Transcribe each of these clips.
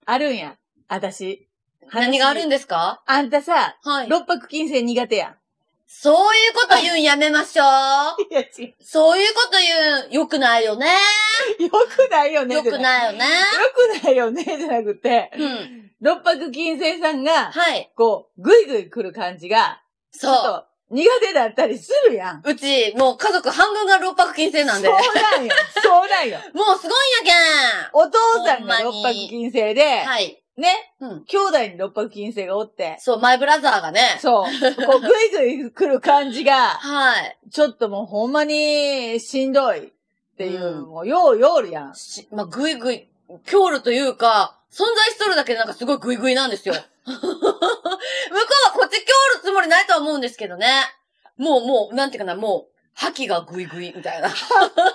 あるんや。私。 何があるんですか？ あんたさ、 はい。 六白金星苦手やん。 そういうこと言うんやめましょう。 いや、違う。 そういうこと言う、よくないよね。 よくないよね。 よくないよね。 よくないよね、じゃなくて、 うん。 六白金星さんが、 はい。 こう、ぐいぐい来る感じが、ちょっそと苦手だったりするやん。 う。うち、もう家族半分が六白金星なんで。 そうなんよ。そうなんよ。 もうすごいんやお父さんほんまにが六白金星で、 けん。はい。 ね、 うん。 兄弟に六白金星がおって、 そう、マイブラザーがね。 そう、こう、ぐいぐい来る感じが、 はい。 ちょっともうほんまにしんどいっていう、 うんもうようよるやん。 まあ、ぐいぐい、強るというか、存在しとるだけでなんかすごいグイグイなんですよ。向こうはこっち強るつもりないとは思うんですけどね。もう、なんていうかな、もう、覇気がグイグイみたいな。こ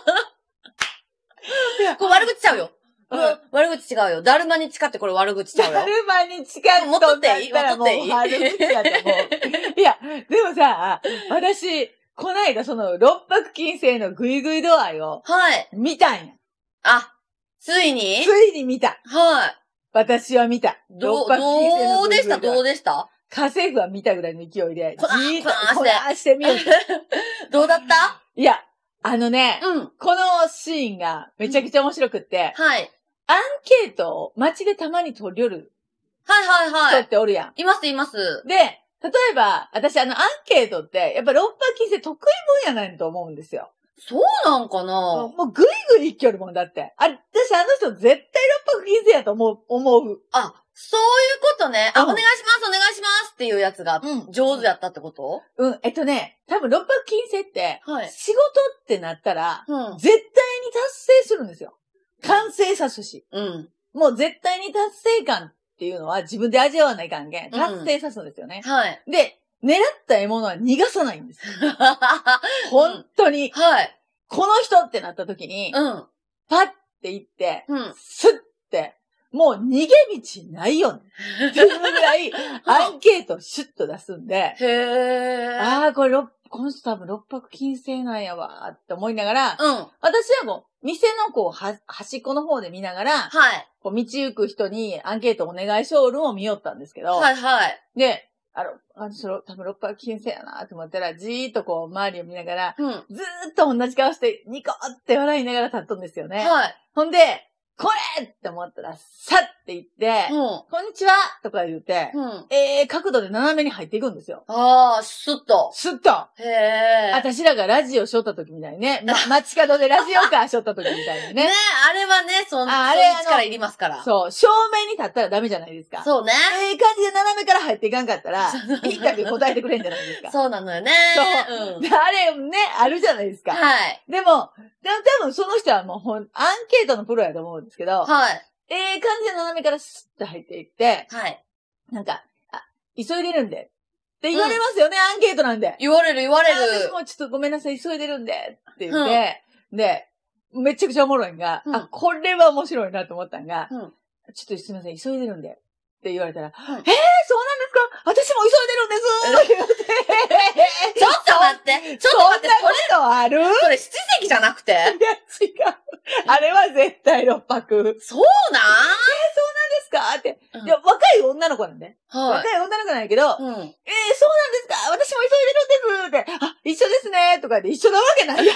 れ悪口ちゃうよ。悪口違うよ。だるまに誓ってこれ悪口ちゃうよ。 だるまに近いとなったらもう悪口だと思う。いや、でもさ、私、こないだその六白金星のグイグイ度合いをはい。 見たんや。 あ、ついについに見た。 はい。 私は見た。 ど六白金星のグイグイ度合い。 うでした家政婦は見たぐらいの勢いで、 こらじーっとこらこらしてみよう。 どうだったいや、あのね、 うん。 このシーンがめちゃくちゃ面白くって、 はい。 アンケートを街でたまに取り寄るはいはいは人い。 っておるやん。 いますいます。 で、例えば、私アンケートって、やっぱ六白金星得意分野なんと思うんですよ。 そうなんかなもうぐいぐい一挙るもんだって。私の人絶対六白金星やと思う。 あ、そういうことね。あ、 うんお願いしますお願いしますっていうやつがうん上手やったってこと？ 多分六白金星って、 はい仕事ってなったら、 うん。 絶対に達成するんですよ。完成さすし。 うん。 もう絶対に達成感っていうのは自分で味わわないかんけん。達成さすんですよね。 はい。 で、狙った獲物は逃がさないんですよ。本当に。 はい。 この人ってなった時に、 うん。 パッて行って、 うん。 スッて、もう逃げ道ないよね。っていうぐらい、アンケートをシュッと出すんで、 へー。 ああ、この人多分六白金星なんやわーって思いながら、 うん。 私はもう、店のこう、端っこの方で見ながら、 はい。 こう道行く人にアンケートお願いショールを見よったんですけど、 はいはい。 で、多分六白金星やなと思ったら、じーっとこう、周りを見ながら、 うん。 ずーっと同じ顔して、ニコって笑いながら立っとんですよね。 はい。 ほんで、これって思ったら、さって言って、 うん。 こんにちはとか言って、 うん。 角度で斜めに入っていくんですよ。 ああ、スッと。 すっと。 へー。 私らがラジオしょった時みたいにね。街角でラジオカーしょった時みたいにね。 ねあれはね、そういう力いりますから。 そう、正面に立ったらダメじゃないですか。 そうね。 感じで斜めから入っていかんかったら、インタビュー答えてくれんじゃないですか。 そうなのよね。 そう。 うん。 であれね、あるじゃないですか。 はい。 でも多分その人はもうアンケートのプロやと思うんですけど、 はい。 感じで斜めからスッと入っていって、 はい。 なんか、急いでるんで。って言われますよね、アンケートなんで。 言われる。 私もちょっとごめんなさい、急いでるんで。って言って、で、めちゃくちゃおもろいんが、これは面白いなと思ったんが、ちょっとすいません、急いでるんで。って言われたら、そうなんですか？私も急いでるんですってちょっと待って。ちょっと待って。 そんなことある？ それ七石じゃなくて？いや、違う。 あれは絶対六白。 そうなんですかって。いや、若い女の子なんで。若い女の子なんやけど、そうなんですか？私も急いでるんですって。あ、一緒ですねとか言って一緒なわけないやん。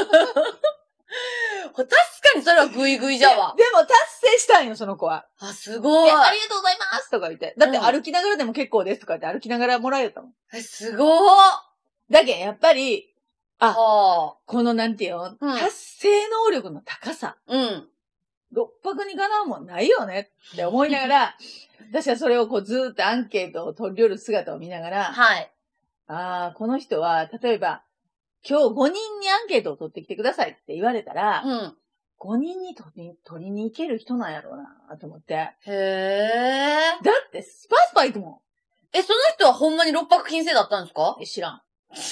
確かにそれはグイグイじゃわ。 でも達成したんよ、その子は。 あ、すごい。 ありがとうございますとか言って。だって歩きながらでも結構ですとか言って歩きながらもらえたもん。 すごー。 だけどやっぱり、 このなんていうの、達成能力の高さ。六白にかなうもんないよねって思いながら、私はそれをこうずーっとアンケートを取り寄る姿を見ながら、この人は、例えば、今日5人にアンケートを取ってきてくださいって言われたら、5人に取りに行ける人なんやろうなと思って。だってスパスパ行くもん。 その人はほんまに六白金星だったんですか？ 知らん。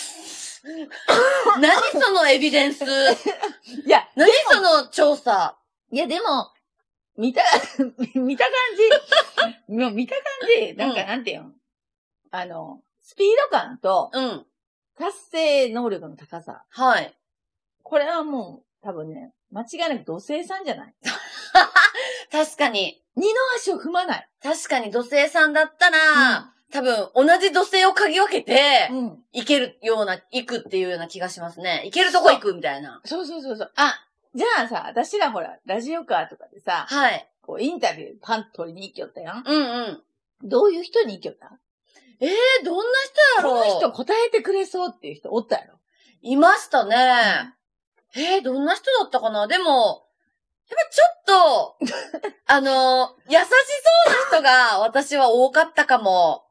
何そのエビデンス。 いや、 何その調査。 いや、でも、見た感じ、なんかなんていうの？スピード感と、達成能力の高さ。これはもう、多分ね、 間違いなく土星さんじゃない？ 確かに。 二の足を踏まない。 確かに土星さんだったら、多分同じ土星を嗅ぎ分けて、行けるような、行くっていうような気がしますね。行けるとこ行くみたいな。 そう。あ、じゃあさ、私らほら、ラジオカーとかでさ、はい。こう、インタビューパンと取りに行きよったやん。どういう人に行きよった？ どんな人やろ？ この人答えてくれそうっていう人おったやろ？ いましたね。どんな人だったかな？でも、やっぱちょっと、優しそうな人が私は多かったかも。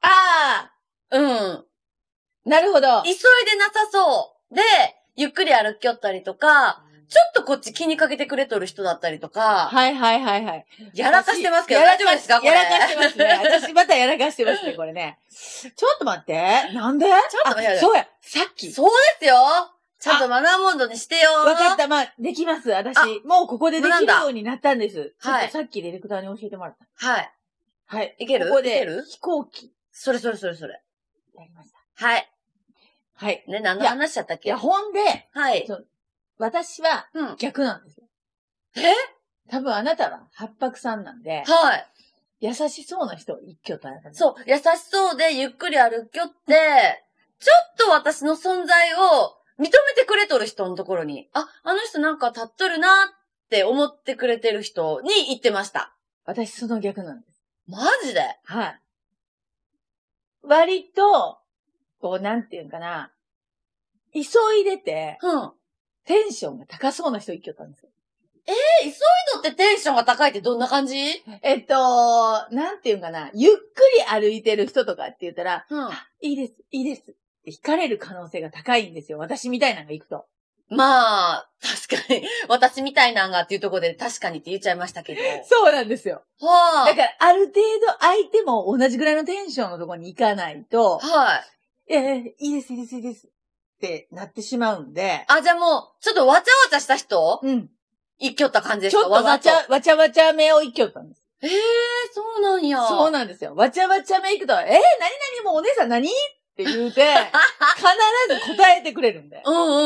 なるほど。急いでなさそう。で、ゆっくり歩きよったりとか、ちょっとこっち気にかけてくれとる人だったりとか。はい。やらかしてますけど、大丈夫ですかこれ。 やらかしてますね。私またやらかしてますね、これね。ちょっと待って。なんで？ちょっと待って。そうや、さっき。 そうですよ。ちゃんとマナーモードにしてよ。 わかった、できます、私。もうここでできるようになったんです。ちょっとさっきディレクターに教えてもらった。はい。いける？ここで飛行機。 それ。やりました。はい。ね、何の話だったっけ？ ほんで、私は逆なんですよ。多分あなたは八白さんなんで、優しそうな人を一挙とそう、優しそうでゆっくり歩きよって、ちょっと私の存在を認めてくれとる人のところに、あの人なんか立っとるなって思ってくれてる人に言ってました。 私その逆なんです。 マジで？ はい。割と、こう、なんていうんかな、急いでて、テンションが高そうな人一挙ったんですよ。 急いどってテンションが高いってどんな感じ？ なんていうんかな、ゆっくり歩いてる人とかって言ったら、いいですって惹かれる可能性が高いんですよ。私みたいなのが行くと。 まあ、確かに、私みたいなんがっていうところで確かにって言っちゃいましたけど。 そうなんですよ。だから、ある程度相手も同じぐらいのテンションのところに行かないと、いいですってなってしまうんで。 じゃあもう、ちょっとわちゃわちゃした人？一挙った感じですか？ ちょっとわちゃめを一挙ったんです。 そうなんや。 そうなんですよ。わちゃわちゃめ行くと、何々もうお姉さん何って言うて、必ず答えてくれるんで。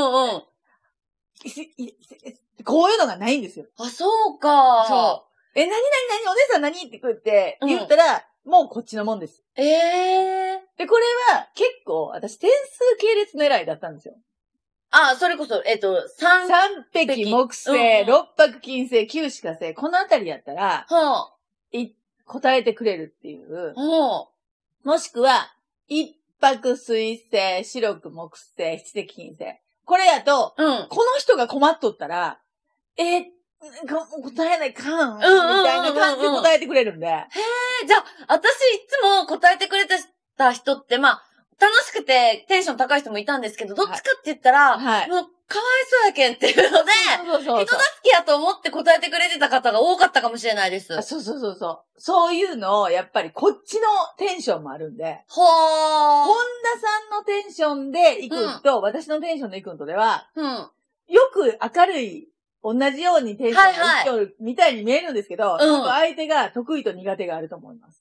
こういうのがないんですよ。 そうか。 そう。何々お姉さん何って言ったら、もうこっちのもんです。で、これは結構私点数系列狙いだったんですよ。 それこそ、 三匹木星、六白金星、九死火星、このあたりやったら、答えてくれるっていう。もしくは、一白水星、白く木星、七石金星。これやと、この人が困っとったら、答えないかん、みたいな感じで答えてくれるんで。 じゃあ、私いつも答えてくれた人って、楽しくてテンション高い人もいたんですけど、どっちかって言ったら、もう、かわいそうやけんっていうので、人助けやと思って答えてくれてた方が多かったかもしれないです。 そう。そういうのを、やっぱりこっちのテンションもあるんで、本田さんのテンションで行くと、私のテンションで行くのとでは、よく明るい、同じようにテンションが一挙みたいに見えるんですけど、多分相手が得意と苦手があると思います。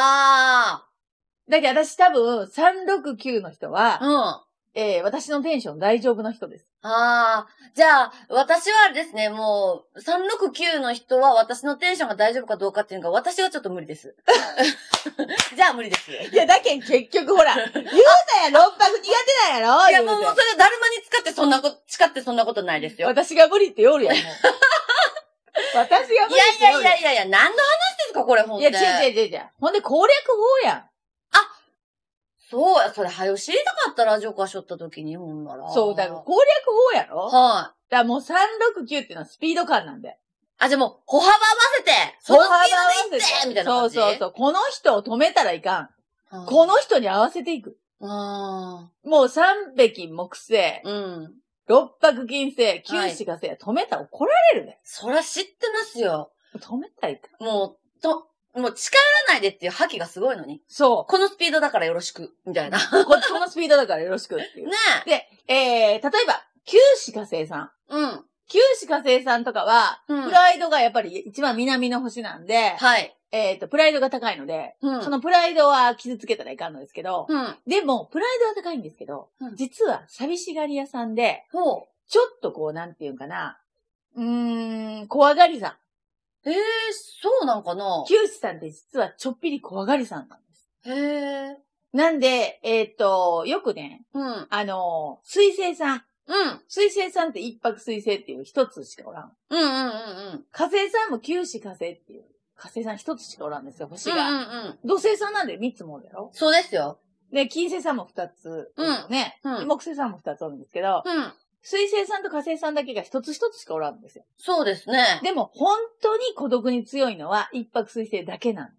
だけど私多分369の人は、私のテンション大丈夫な人です。 じゃあ、私はですね、もう、369の人は私のテンションが大丈夫かどうかっていうのが、私はちょっと無理です。じゃあ無理です。 いや、だけん結局ほら、言うたや、六白苦手なんやろ？ いや、もうそれだるまに使ってそんなことないですよ。 私が無理って言おるやん、もう。私が無理って言おる。 いや、何の話ですか、これ、ほんと。 いや、違う。ほんで攻略法やん。 そうや、それ、早知りたかったラジオ化しょった時に、ほんなら。 そう、だから攻略法やろ？だからもう369っていうのはスピード感なんで。 じゃあもう、歩幅合わせて、そのスピードでいってみたいな感じ。 そう。この人を止めたらいかん。この人に合わせていく。もう3匹木星。六白金星、九死火星、止めたら怒られるね。 そら知ってますよ。 止めたらいかん。 もう近寄らないでっていう覇気がすごいのに。 そう。 このスピードだからよろしく、みたいな。 このスピードだからよろしくっていう。ねで、例えば、九死火星さん。九死火星さんとかは、プライドがやっぱり一番南の星なんで、プライドが高いので、そのプライドは傷つけたらいかんのですけど、でも、プライドは高いんですけど、実は寂しがり屋さんで、ちょっとこう、なんていうかな、 怖がりさん。 そうなんかな？ 九死さんって実はちょっぴり怖がりさんなんです。 へー。 なんで、よくね、水星さん。水星さんって一泊水星っていう一つしかおらん。火星さんも九死火星っていう火星さん一つしかおらんですよ、星が。土星さんなんで三つもおるやろ？ そうですよ。 で、金星さんも二つ。ね。木星さんも二つおるんですけど、水星さんと火星さんだけが一つ一つしかおらんんですよ。 そうですね。 でも、本当に孤独に強いのは一泊水星だけなんです。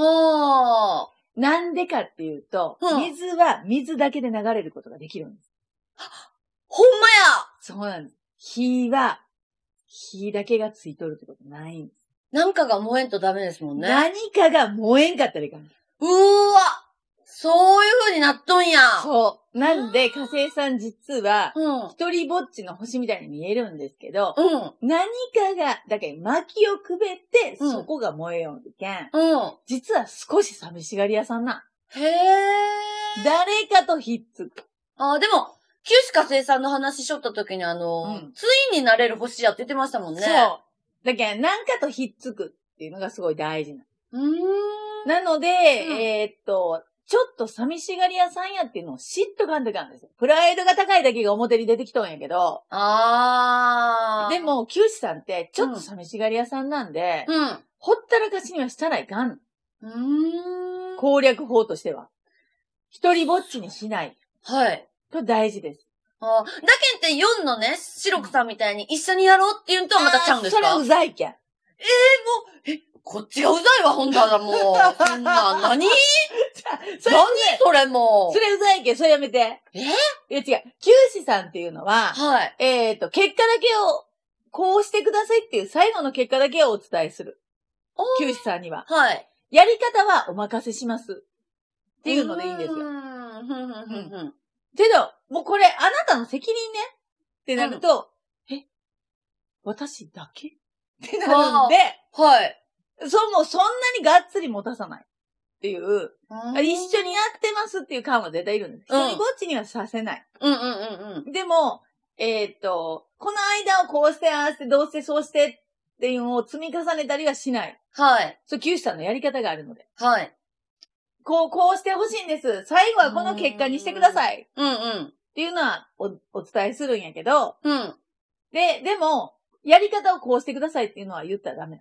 なんでかっていうと、水は水だけで流れることができるんです。 ほんまや！ そうなんです。火は、火だけがついとるってことないんです。 なんかが燃えんとダメですもんね。 何かが燃えんかったらいかん。 わ！そういう風になっとんや。 そう。なんで、火星さん実は、一人ぼっちの星みたいに見えるんですけど、何かが、だけど薪をくべって、そこが燃えよんけん。実は少し寂しがり屋さんな。 へー。 誰かとひっつく。 でも、九死火星さんの話しとった時にツインになれる星やって言ってましたもんね。そう。 だけど、なんかとひっつくっていうのがすごい大事な。なので、ちょっと寂しがり屋さんやっていうのを知っとかんといかんですよ。プライドが高いだけが表に出てきとんやけど。でも、九死さんってちょっと寂しがり屋さんなんで、ほったらかしにはしたらいかん。攻略法としては。一人ぼっちにしない。 はい。 と大事です。 だけんって4のね、白くさんみたいに一緒にやろうっていうのとはまたちゃうんですか？ それはうざいけん。 こっちがうざいわ、ほんだらもう。そんな、何それもう。 それうざいけん、それやめて。いや違う。九死さんっていうのは、結果だけを、こうしてくださいっていう最後の結果だけをお伝えする。九死さんには。やり方はお任せします。っていうのでいいんですよ。けど、もうこれ、あなたの責任ね。ってなると、私だけってなるんで、もうそんなにがっつり持たさない。っていう、一緒にやってますっていう感は絶対いるんです。一人ぼっちにはさせない。でも、この間をこうしてああして、どうしてそうしてっていうのを積み重ねたりはしない。そう、九死さんのやり方があるので。こうしてほしいんです。最後はこの結果にしてください。っていうのはお伝えするんやけど、でも、やり方をこうしてくださいっていうのは言ったらダメ。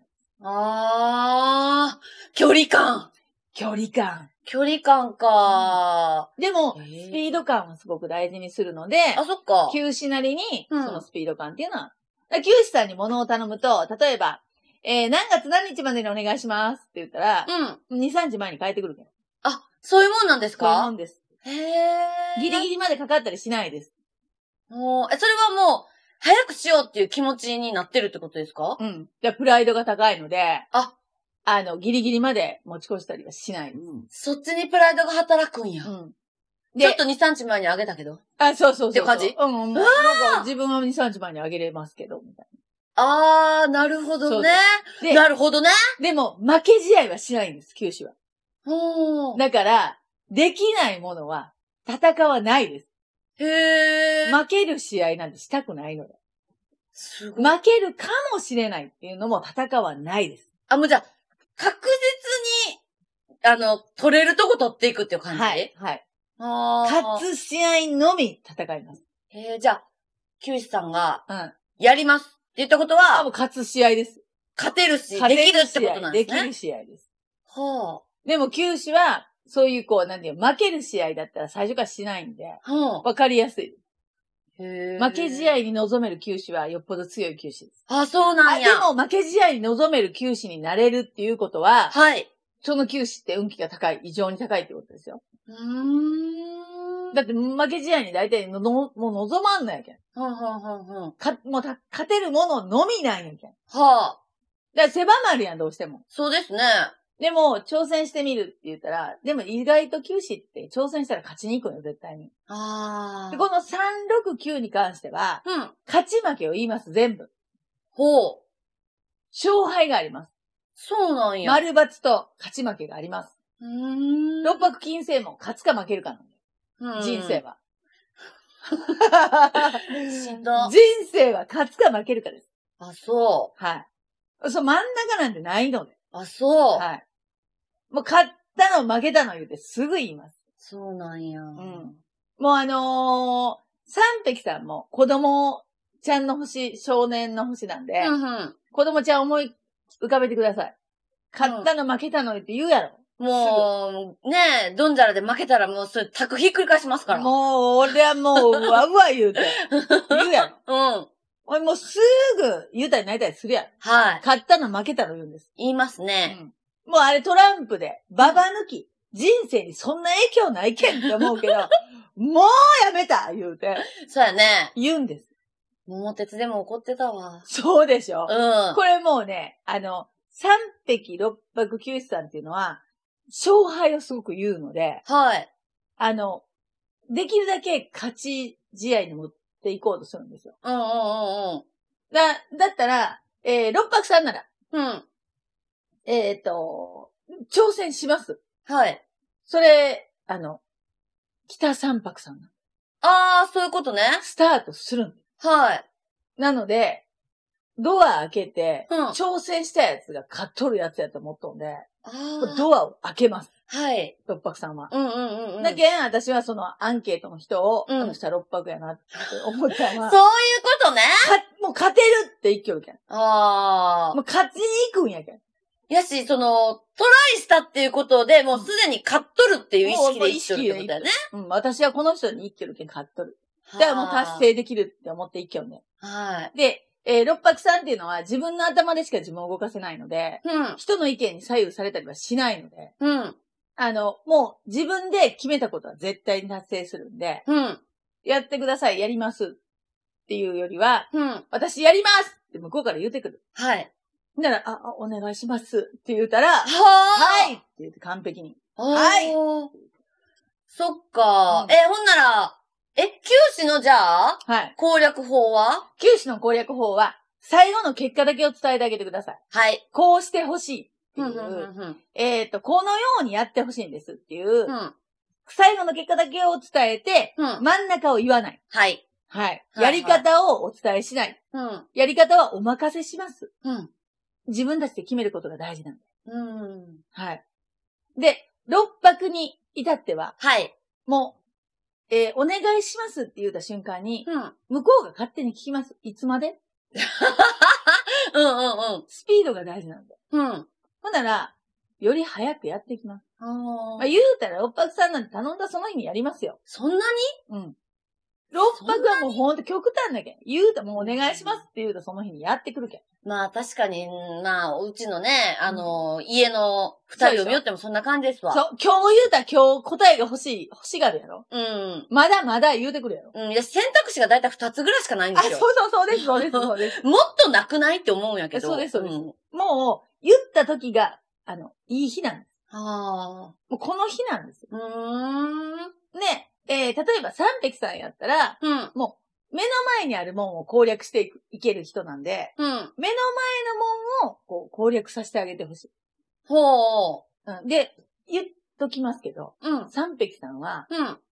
距離感。 距離感。 距離感か。 でも、スピード感はすごく大事にするので、 そっか。 九死なりに、そのスピード感っていうのは、九死さんに物を頼むと、例えば、何月何日までにお願いしますって言ったら、2、3日前に帰ってくるから。 そういうもんなんですか？ そういうもんです。ギリギリまでかかったりしないです。 それはもう、早くしようっていう気持ちになってるってことですか？ プライドが高いので、ギリギリまで持ち越したりはしないです。 そっちにプライドが働くんや。ちょっと2、3日前にあげたけど。 そう。 って感じ？ なんか自分は2、3日前にあげれますけど、みたいな。なるほどね。なるほどね。 でも、負け試合はしないんです、九死は。だから、できないものは戦わないです。負ける試合なんてしたくないので。 すごい。 負けるかもしれないっていうのも戦わないです。 もうじゃあ、確実に、取れるとこ取っていくっていう感じ？はい。 勝つ試合のみ戦います。 じゃあ、九死さんが、やりますって言ったことは、 もう勝つ試合です。 勝てるし、できるってことなんですね。 できる試合です。でも九死は、そういう負ける試合だったら最初からしないんで、わかりやすい。負け試合に臨める九死はよっぽど強い九死です。 そうなんや。 でも負け試合に臨める九死になれるっていうことは、その九死って運気が高い、異常に高いってことですよ。だって負け試合に大体もう望まんのやけん。もう勝てるもののみなんやけん。だから狭まるやん、どうしても。 そうですね。 でも、挑戦してみるって言ったら、でも意外と九死って挑戦したら勝ちに行くのよ、絶対に。で、この369に関しては、勝ち負けを言います、全部。勝敗があります。 そうなんや。 丸×と勝ち負けがあります。六白金星も勝つか負けるかなんで。人生は。 しんど。 人生は勝つか負けるかです。 あ、そう。 はい。そう、真ん中なんてないので。 あ、そう。 はい。もう勝ったの負けたの言うてすぐ言います。 そうなんや。うん。 もう三匹さんも子供ちゃんの星、少年の星なんで、子供ちゃん思い浮かべてください。勝ったの負けたのって言うやろ。 もう、ねえ、ドンジャラで負けたらもうそれ、タクひっくり返しますから。 もう、俺はもう、うわうわ言うて。言うやろ。俺もうすぐ言うたり泣いたりするやろ。はい。勝ったの負けたの言うんです。 言いますね。 もうあれトランプで、ババ抜き。人生にそんな影響ないけんって思うけど、もうやめた言うて。 そうやね。 言うんです。 桃鉄でも怒ってたわ。 そうでしょ。これもうね、三匹六泊九死さんっていうのは、勝敗をすごく言うので、はい。できるだけ勝ち試合に持っていこうとするんですよ。だったら、六泊さんなら、挑戦します。はい。それ、北三泊さん。 ああ、そういうことね。 スタートするんです。はい。なので、ドア開けて、挑戦したやつが勝っとるやつやと思っとんで、ドアを開けます。はい。六泊さんは。だけん、私はそのアンケートの人を、あの人は六泊やなって思ったのは。 そういうことね。 もう勝てるって言っきょるけん。ああ。もう勝ちに行くんやけん。 やし、トライしたっていうことで、もうすでに勝っとるっていう意識で生きとるってことだよね。 私はこの人に生きてるけん勝っとる。だからもう達成できるって思って生きよんね。はい。で、六泊さんっていうのは自分の頭でしか自分を動かせないので、人の意見に左右されたりはしないので、もう自分で決めたことは絶対に達成するんで、やってください、やりますっていうよりは、私やりますって向こうから言ってくる。はい。なら、お願いしますって言ったら、はいって言って完璧に。はい。 そっか。ほんなら、九死のじゃあはい。攻略法は九死の攻略法は、最後の結果だけを伝えてあげてください。はい。こうしてほしいっていう。このようにやってほしいんですっていう。最後の結果だけを伝えて、真ん中を言わない。はい。はい。やり方をお伝えしない。やり方はお任せします。自分たちで決めることが大事なんで。はい。で、六泊に至っては、はい。もう、お願いしますって言った瞬間に、向こうが勝手に聞きます。いつまでスピードが大事なんで。ほんなら、より早くやっていきます。言うたら、六泊さんなんて頼んだその日にやりますよ。 そんなに六泊はもうほんと極端だけん。言うたもうお願いしますって言うたその日にやってくるけん。 まあ確かに、うちのね、家の二人を見よってもそんな感じですわ。 そう、今日言うたら今日答えが欲しがるやろ。まだまだ言うてくるやろ。 いや、選択肢がだいたい2つぐらいしかないんですよ。 そうです。もっとなくないって思うんやけど。 そうです。もう、言った時が、いい日なんです。もうこの日なんです。ね、例えば三匹さんやったら、もう、目の前にあるもんを攻略していける人なんで、目の前のもんをこう攻略させてあげてほしい。で、言っときますけど、三匹さんは、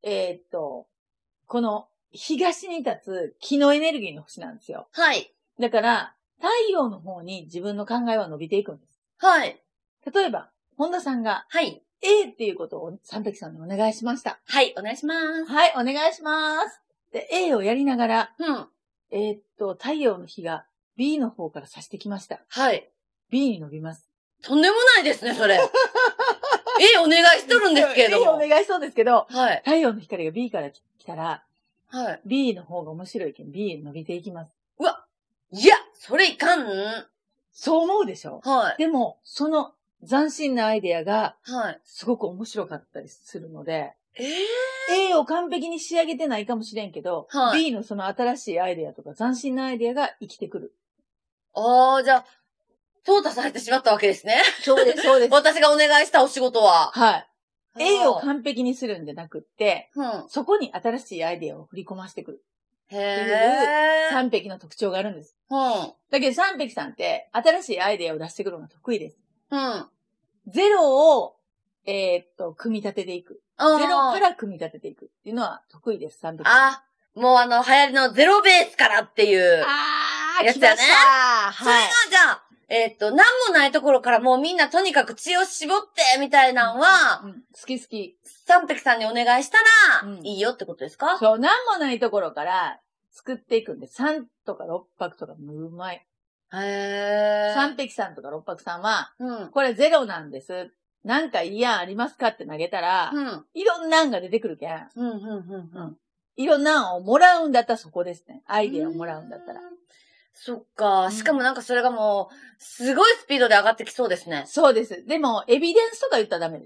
この東に立つ気のエネルギーの星なんですよ。はい。だから、太陽の方に自分の考えは伸びていくんです。はい。例えば、本田さんが、はい。A っていうことを三匹さんにお願いしました。 はい、お願いします。 はい、お願いします。で、A をやりながら、太陽の日が B の方から差してきました。はい。B に伸びます。 とんでもないですね、それ。A お願いしとるんですけど。 A お願いしそうですけど、はい。太陽の光が B から来たら、はい。B の方が面白いけん B に伸びていきます。 うわ、いや、それいかん。 そう思うでしょ？はい。でも、その斬新なアイデアが、はい。すごく面白かったりするので、A を完璧に仕上げてないかもしれんけど、はい、B のその新しいアイデアとか斬新なアイデアが生きてくる。 じゃあ、淘汰されてしまったわけですね。 そうです。 私がお願いしたお仕事は。 はい。A を完璧にするんじゃなくって、そこに新しいアイデアを振り込ましてくる。っていう三匹の特徴があるんです。だけど三匹さんって新しいアイデアを出してくるのが得意です。ゼロを、組み立てていく。ゼロから組み立てていくっていうのは得意です、三匹。 もう流行りのゼロベースからっていう。 やつやね。 はい。 それがじゃあ、なんもないところからもうみんなとにかく血を絞って、みたいなのは、 好き好き。 三匹さんにお願いしたら、いいよってことですか？ そう、なんもないところから作っていくんで、3とか6泊とかもうまい。三匹さんとか6泊さんは、これゼロなんです。なんかいい案ありますかって投げたら、いろんな案が出てくるけん。いろんな案をもらうんだったらそこですね。アイデアをもらうんだったら。 そっか。しかもなんかそれがもう、すごいスピードで上がってきそうですね。 そうです。でも、エビデンスとか言ったらダメです。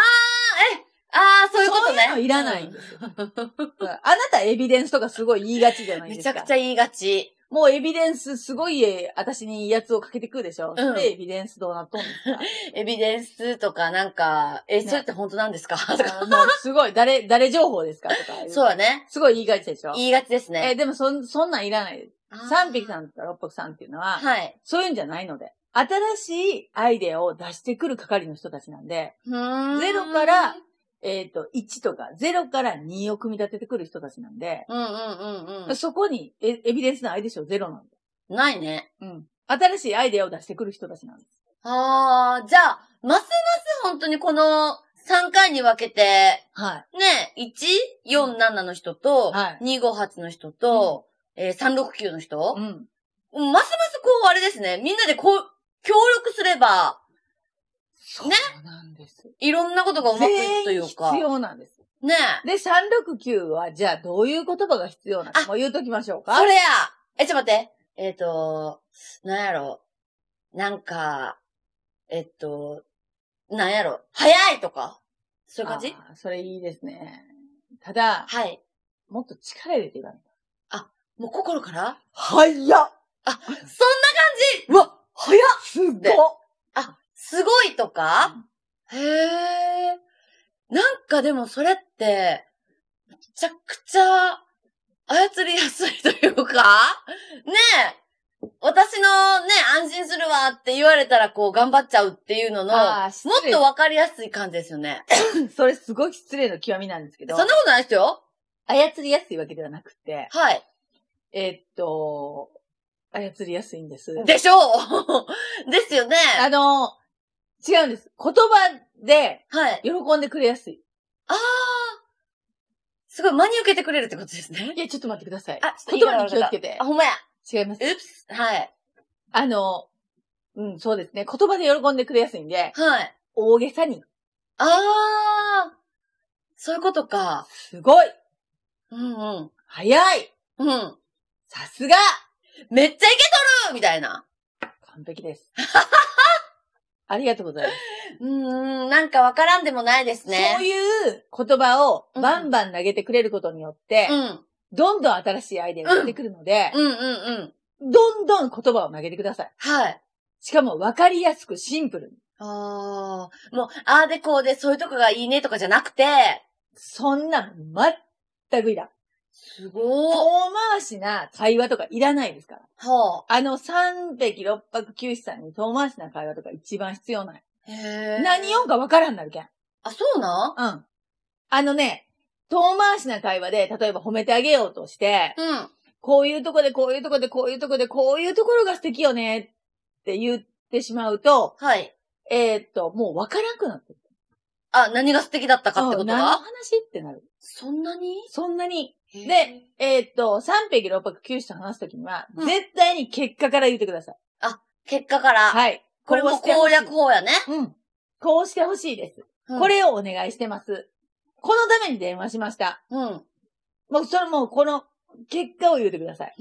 そういうことね。 そういうのいらないんですよ。あなたエビデンスとかすごい言いがちじゃないですか。 めちゃくちゃ言いがち。 もうエビデンスすごい私にやつをかけてくるでしょ。それエビデンスどうなっとんですか？ エビデンスとかなんか、それって本当なんですか？とか。 もうすごい、誰情報ですかとか。 そうだね。 すごい言いがちでしょ。 言いがちですね。 でもそんなんいらないです。三匹さんとか六匹さんっていうのは、そういうんじゃないので、新しいアイデアを出してくる係の人たちなんで、0から、1とか、0から2を組み立ててくる人たちなんで、そこにエビデンスないでしょ、0なんで。 ないね。 新しいアイデアを出してくる人たちなんです。 じゃあ、ますます本当にこの3回に分けて、ね、1、4、7の人と、2、5、8の人と、3、6、9の人、ますますこう、あれですね、みんなでこう、協力すれば、 そうなんです。 いろんなことがうまくいくというか。 必要なんです。 ねで、369は、じゃあどういう言葉が必要なのかもう言うときましょうか。 それやちょっと待って。なんやろ。なんか、なんやろ。早いとかそういう感じ？ それいいですね。ただ、もっと力入れていかない。 もう心から早っ！そんな感じ！うわ、早っ！ すごっ！ すごいとか、へー。なんかでもそれって、めちゃくちゃ操りやすいというか、ねえ、私のね、安心するわって言われたらこう頑張っちゃうっていうのの、もっとわかりやすい感じですよね。 それすごい失礼の極みなんですけど。 そんなことないですよ。 操りやすいわけではなくて。 はい。 操りやすいんです。 でしょうですよね。 違うんです。言葉で、喜んでくれやすい。 すごい真に受けてくれるってことですね。 いや、ちょっと待ってください。言葉に気をつけて。 ほんまや。 違います。 うっす。はい。 そうですね。言葉で喜んでくれやすいんで。大げさに。 そういうことか。 すごい。 早い。 さすが。 めっちゃイケとるみたいな。 完璧です。ありがとうございます。 なんかわからんでもないですね。 そういう言葉をバンバン投げてくれることによって、どんどん新しいアイデアが出てくるので、どんどん言葉を投げてください。しかも分かりやすくシンプルに。 もう、あーでこうでそういうとこがいいねとかじゃなくて、 そんな全くいらん。 すごー。 遠回しな会話とかいらないですから。3匹6泊9匹さんに遠回しな会話とか一番必要ない。何言おうか分からんなるけん。 そうなん？ 遠回しな会話で、例えば褒めてあげようとして、こういうとこで、こういうとこで、こういうとこで、こういうところが素敵よねって言ってしまうと、もう分からんくなってる。 何が素敵だったかってことが？ 何の話ってなる。 そんなにで、3匹6泊9匹と話すときには、絶対に結果から言ってください。 結果から。はい。これも攻略法やね。 こうしてほしいです。これをお願いしてます。このために電話しました。もうそれもこの結果を言ってください。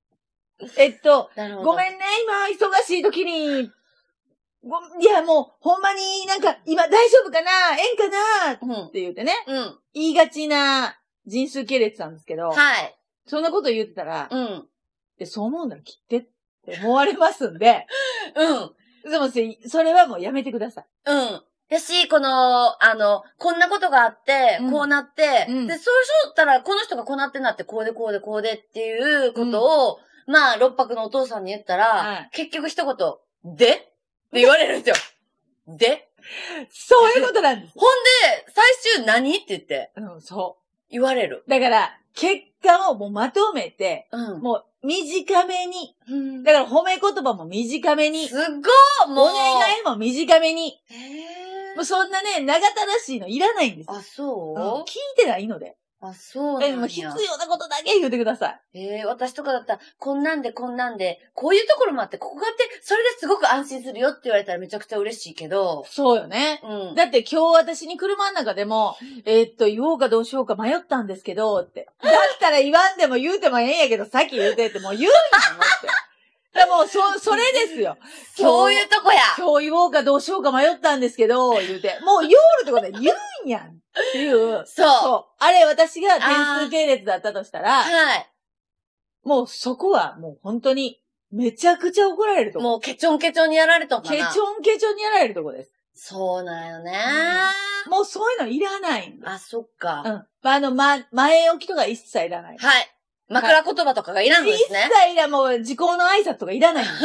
ごめんね、今忙しい時に、いやもう、ほんまになんか今大丈夫かなえんかなって言ってね。言いがちな人数系列なんですけど。そんなこと言ってたら、そう思うんだら切ってって思われますんで。でもそれはもうやめてください。 やし、こんなことがあって、こうなって、で、そうしよったら、この人がこうなってなって、こうでこうでこうでっていうことを、6泊のお父さんに言ったら、結局一言、でって言われるんですよ。でそういうことなんです。 ほんで、最終何って言って。そう。言われる。 だから、結果をもうまとめて、もう短めに。だから褒め言葉も短めに。 すっごいもう。 お願いも短めに。もうそんなね、長たらしいのいらないんです。 あ、そう、 聞いてないので。 あ、そうなんや。 もう必要なことだけ言ってください。私とかだったら、こんなんで、こういうところもあって、ここがあって、それですごく安心するよって言われたらめちゃくちゃ嬉しいけど。 そうよね。だって今日私に車の中でも、言おうかどうしようか迷ったんですけど、って。だったら言わんでも言うてもええんやけど、さっき言うてってもう言うんやもって。もう、それですよ。 そういうとこや。 今日言おうかどうしようか迷ったんですけど、言うて。もう言おるってことで言うんやんっていう。そう。あれ私が点数系列だったとしたら、はい。もうそこはもう本当にめちゃくちゃ怒られるとこ。 もうケチョンケチョンにやられたんかな。 ケチョンケチョンにやられるとこです。 そうなんよね、 もうそういうのいらないんです。 あ、そっか。 前置きとか一切いらない。 はい。枕言葉とかがいらんのですね。 一切いらん、もう時効の挨拶とかいらないんです。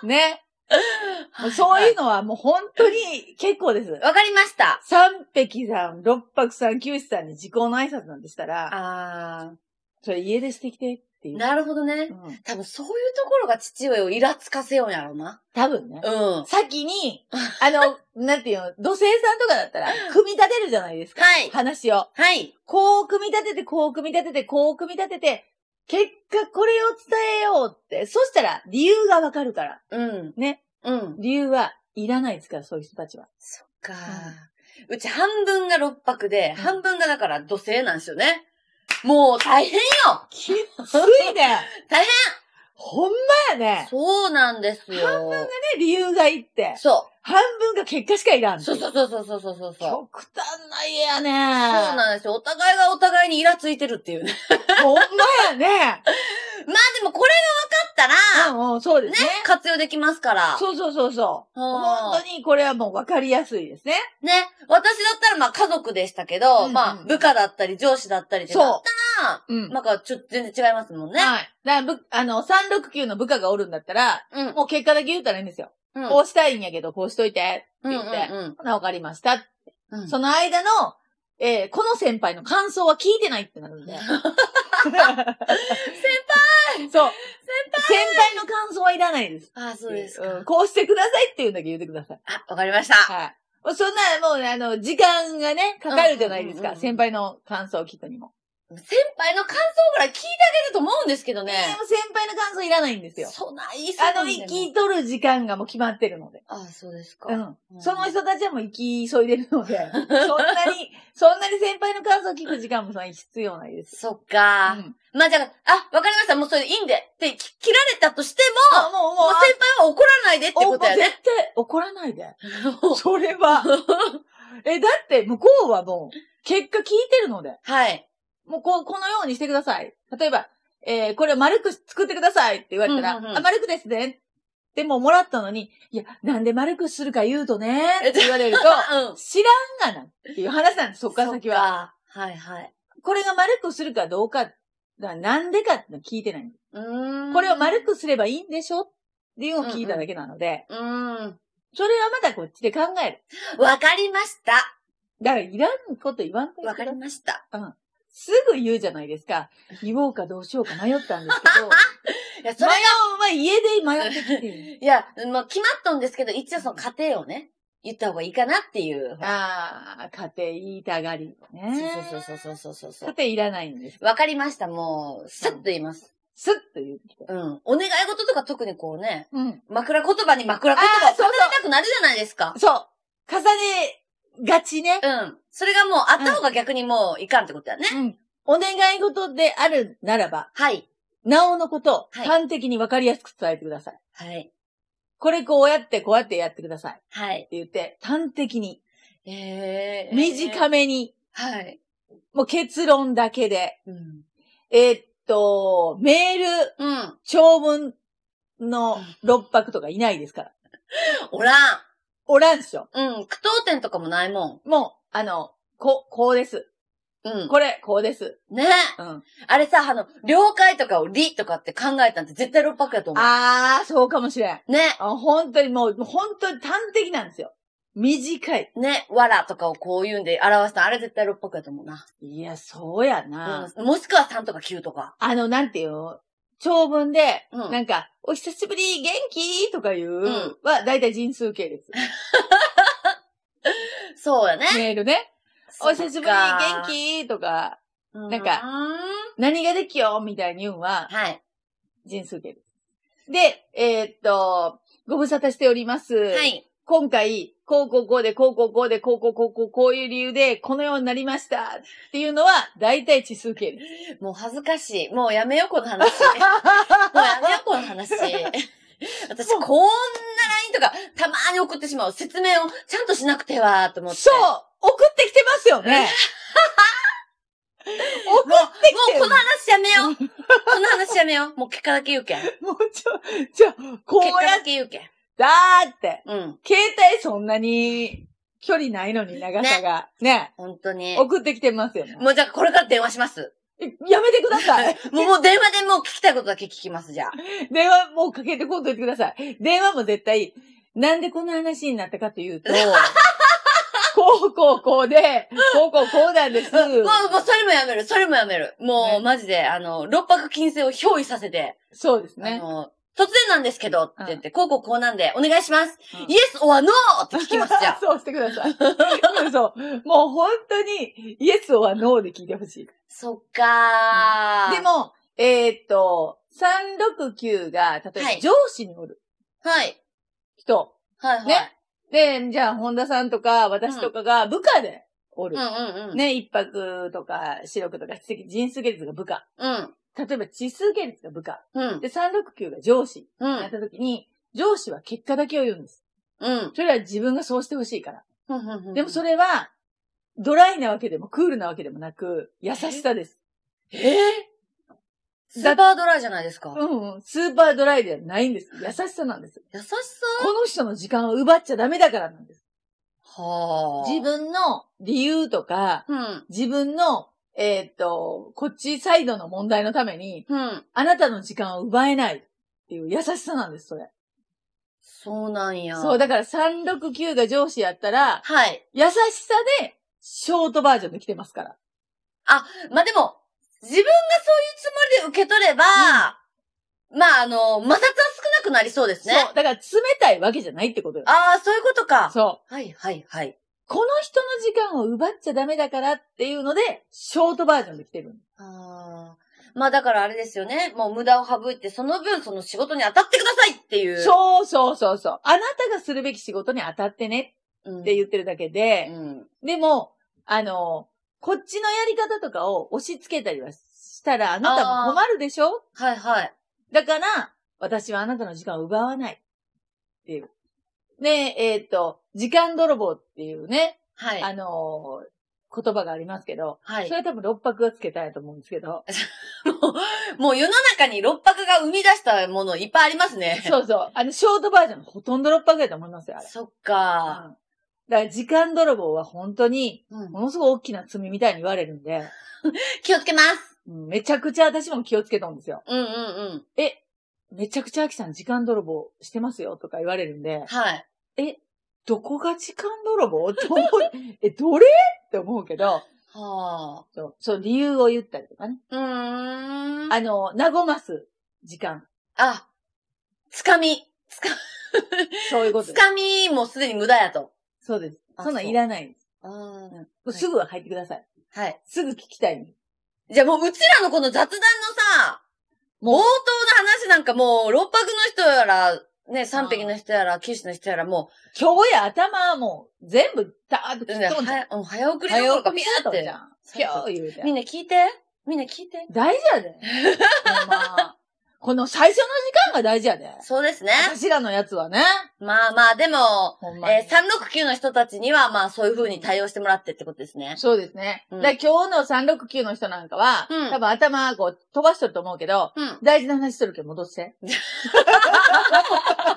ね。そういうのはもう本当に結構です。 わかりました。 三匹さん、六泊さん、九死さんに時効の挨拶なんでしたら、それ家出してきてっていう。 なるほどね。多分そういうところが父親をイラつかせようんやろうな。 多分ね。先に、なんていうの、土星さんとかだったら、組み立てるじゃないですか。はい。話を。はい。こう組み立てて、こう組み立てて、こう組み立てて、結果これを伝えようって。そしたら理由がわかるから。ね。理由はいらないですから、そういう人たちは。そっか。 うち半分が六泊で、半分がだから土星なんですよね。もう大変よ。 きついね。 大変。 ほんまやね。 そうなんですよ。 半分がね、理由がいって。そう。半分が結果しかいらん。 そう。極端な家やね。 そうなんですよ。お互いがお互いにイラついてるっていうね。 ほんまやね。 まあでもこれが分かったら、 そうですね。 活用できますから。 そう。本当にこれはもう分かりやすいですね。 ね。私だったらまあ家族でしたけど、まあ部下だったり上司だったりってなったら、なんかちょっと全然違いますもんね。はい。 だから369の部下がおるんだったら、もう結果だけ言ったらいいんですよ。こうしたいんやけど、こうしといて、って言って、わかりましたって。その間の、この先輩の感想は聞いてないってなるんで。先輩そう。先輩の感想はいらないです。 あ、そうですか。 こうしてくださいっていうのだけ言ってください。 あ、わかりました。はい。 そんな、もうね、時間がね、かかるじゃないですか。先輩の感想を聞くにも。 先輩の感想ぐらい聞いてあげると思うんですけどね。 でも先輩の感想いらないんですよ。 そうない、 生き取る時間がもう決まってるので。 あ、そうですか。 その人たちはもう生き急いでるので、そんなに先輩の感想を聞く時間もそんなに必要ないです。 そっか。まあじゃあ、わかりました。もうそれでいいんで。って切られたとしても、もう先輩は怒らないでってことやね。 絶対怒らないで。それは。だって向こうはもう、結果聞いてるので。はい。もうこのようにしてください。例えば、これを丸く作ってくださいって言われたら、丸くですね。でももらったのに、いや、なんで丸くするか言うとね、って言われると、知らんがなっていう話なんです、そっから先は。 はいはい。 これが丸くするかどうか、なんでかって聞いてない。これを丸くすればいいんでしょっていうのを聞いただけなので、それはまたこっちで考える。わかりました。 だからいらんこと言わんといて。 わかりました。 すぐ言うじゃないですか。言おうかどうしようか迷ったんですけど。 いや、それが、 家で迷ってきてる。 いや、まあ、決まったんですけど、一応その家庭をね、言った方がいいかなっていう。 家庭言いたがりね。 そう。 家庭いらないんです。 わかりました、もう、スッと言います。 スッと言う。 お願い事とか特にこうね、枕言葉に枕言葉を重ねたくなるじゃないですか。 そう。重ねがちね。 それがもうあった方が逆にもういかんってことだね。 お願い事であるならば。はい。なおのこと、端的に分かりやすく伝えてください。はい。これこうやってやってください。はい。って言って、端的に。短めに。はい。もう結論だけで。メール、長文の6泊とかいないですから。 おらんしょ。 句読点とかもないもん。もう、こうです。これ、こうです。 ね。あれさ、了解とかをりとかって考えたんって絶対6泊やと思う。 そうかもしれん。ね。本当に本当に端的なんですよ。短い。 ね。わらとかをこう言うんで表したあれ絶対6泊やと思うな。 いや、そうやな。 もしくは3とか9とか。 なんていうの長文で、なんか、お久しぶり、元気とかいう、は、だいたい人数系です。 そうやね。 メールね。お久しぶり、元気とか、なんか、何ができよみたいに言うんは、はい。人数系です。で、ご無沙汰しております。はい。今回、こうで、こういう理由で、このようになりました。っていうのは、大体奇数形です。 もう恥ずかしい。もうやめよ、この話。もうやめよ、この話。私、こんな LINE とか、たまーに送ってしまう。説明をちゃんとしなくては、と思って。 そう送ってきてますよね。 送ってきてもうこの話やめよう。この話やめよう。もう結果だけ言うけん。 もうこうやって。結果だけ言うけん。 だーって。携帯そんなに距離ないのに長さが。ね。 本当に。 送ってきてますよね。 もうじゃあこれから電話します。 やめてください。 もう電話でもう聞きたいことだけ聞きます、じゃあ。 電話もうかけてこんといてください。電話も絶対、なんでこんな話になったかというと、こうで、こうなんです。もうそれもやめる、それもやめる。もう、マジで、六白金星を憑依させて。 そうですね。 突然なんですけど、って言って、こうなんで、お願いします。イエスオアノーって聞きます、じゃあ。 そうしてください。そう。もう本当に、イエスオアノーで聞いてほしい。 そっかー。でも、369が、例えば上司におる。 はい。 人。 はいはい。 ね。で、じゃあ、本田さんとか、私とかが部下でおる。ね、一泊とか、四六とか、人数系列が部下。例えば、地数系列が部下。で、369が上司。やったときに、上司は結果だけを言うんです。それは自分がそうしてほしいから。でもそれは、ドライなわけでもクールなわけでもなく、優しさです。 スーパードライじゃないですか。 スーパードライではないんです。優しさなんです。 優しさ？ この人の時間を奪っちゃダメだからなんです。 はあ。自分の理由とか、自分の、こっちサイドの問題のために、あなたの時間を奪えないっていう優しさなんです、それ。 そうなんや。 そう、だから369が上司やったら、 はい。 優しさで、ショートバージョンで来てますから。 まあ、でも、自分がそういうつもりで受け取れば、まあ、摩擦は少なくなりそうですね。 そう。だから冷たいわけじゃないってことよ。 そういうことか。 そう。 はい。 この人の時間を奪っちゃダメだからっていうので、ショートバージョンで来てる。 まあだからあれですよね。もう無駄を省いて、その分その仕事に当たってくださいっていう。 そう。あなたがするべき仕事に当たってねって言ってるだけで、でも、こっちのやり方とかを押し付けたりはしたらあなたも困るでしょ？ はい。 だから、私はあなたの時間を奪わない。っていう。で、時間泥棒っていうね。はい。言葉がありますけど。はい。それは多分六白がつけたいと思うんですけど。 もう世の中に六白が生み出したものいっぱいありますね。 そう。ショートバージョンほとんど六白だと思いますよ、あれ。 そっか。 だから時間泥棒は本当に、ものすごい大きな罪みたいに言われるんで。 気をつけます。 めちゃくちゃ私も気をつけたんですよ。めちゃくちゃアキさん時間泥棒してますよとか言われるんで。 はい。 どこが時間泥棒って思う。どれって思うけど。はあ。そう、理由を言ったりとかね。和ます時間。 つかみ。 そういうこと。 つかみもすでに無駄やと。 そうです。そんなんいらないんです。すぐ入ってください。はい。すぐ聞きたい。 じゃあもううちらのこの雑談のさ、冒頭の話なんかもう、六白の人やら、ね、三匹の人やら、九死の人やらもう、今日や頭はもう、全部、ダーッと聞いとんじゃん。 早送りどころかピャーって。 今日言うて。 みんな聞いて。 大事やで。この最初の時間が大事やで。 そうですね。 私らのやつはね。 まあ、でも、369の人たちには、まあ、そういう風に対応してもらってってことですね。 そうですね。今日の369の人なんかは、多分頭こう飛ばしとると思うけど、大事な話しとるけど戻して。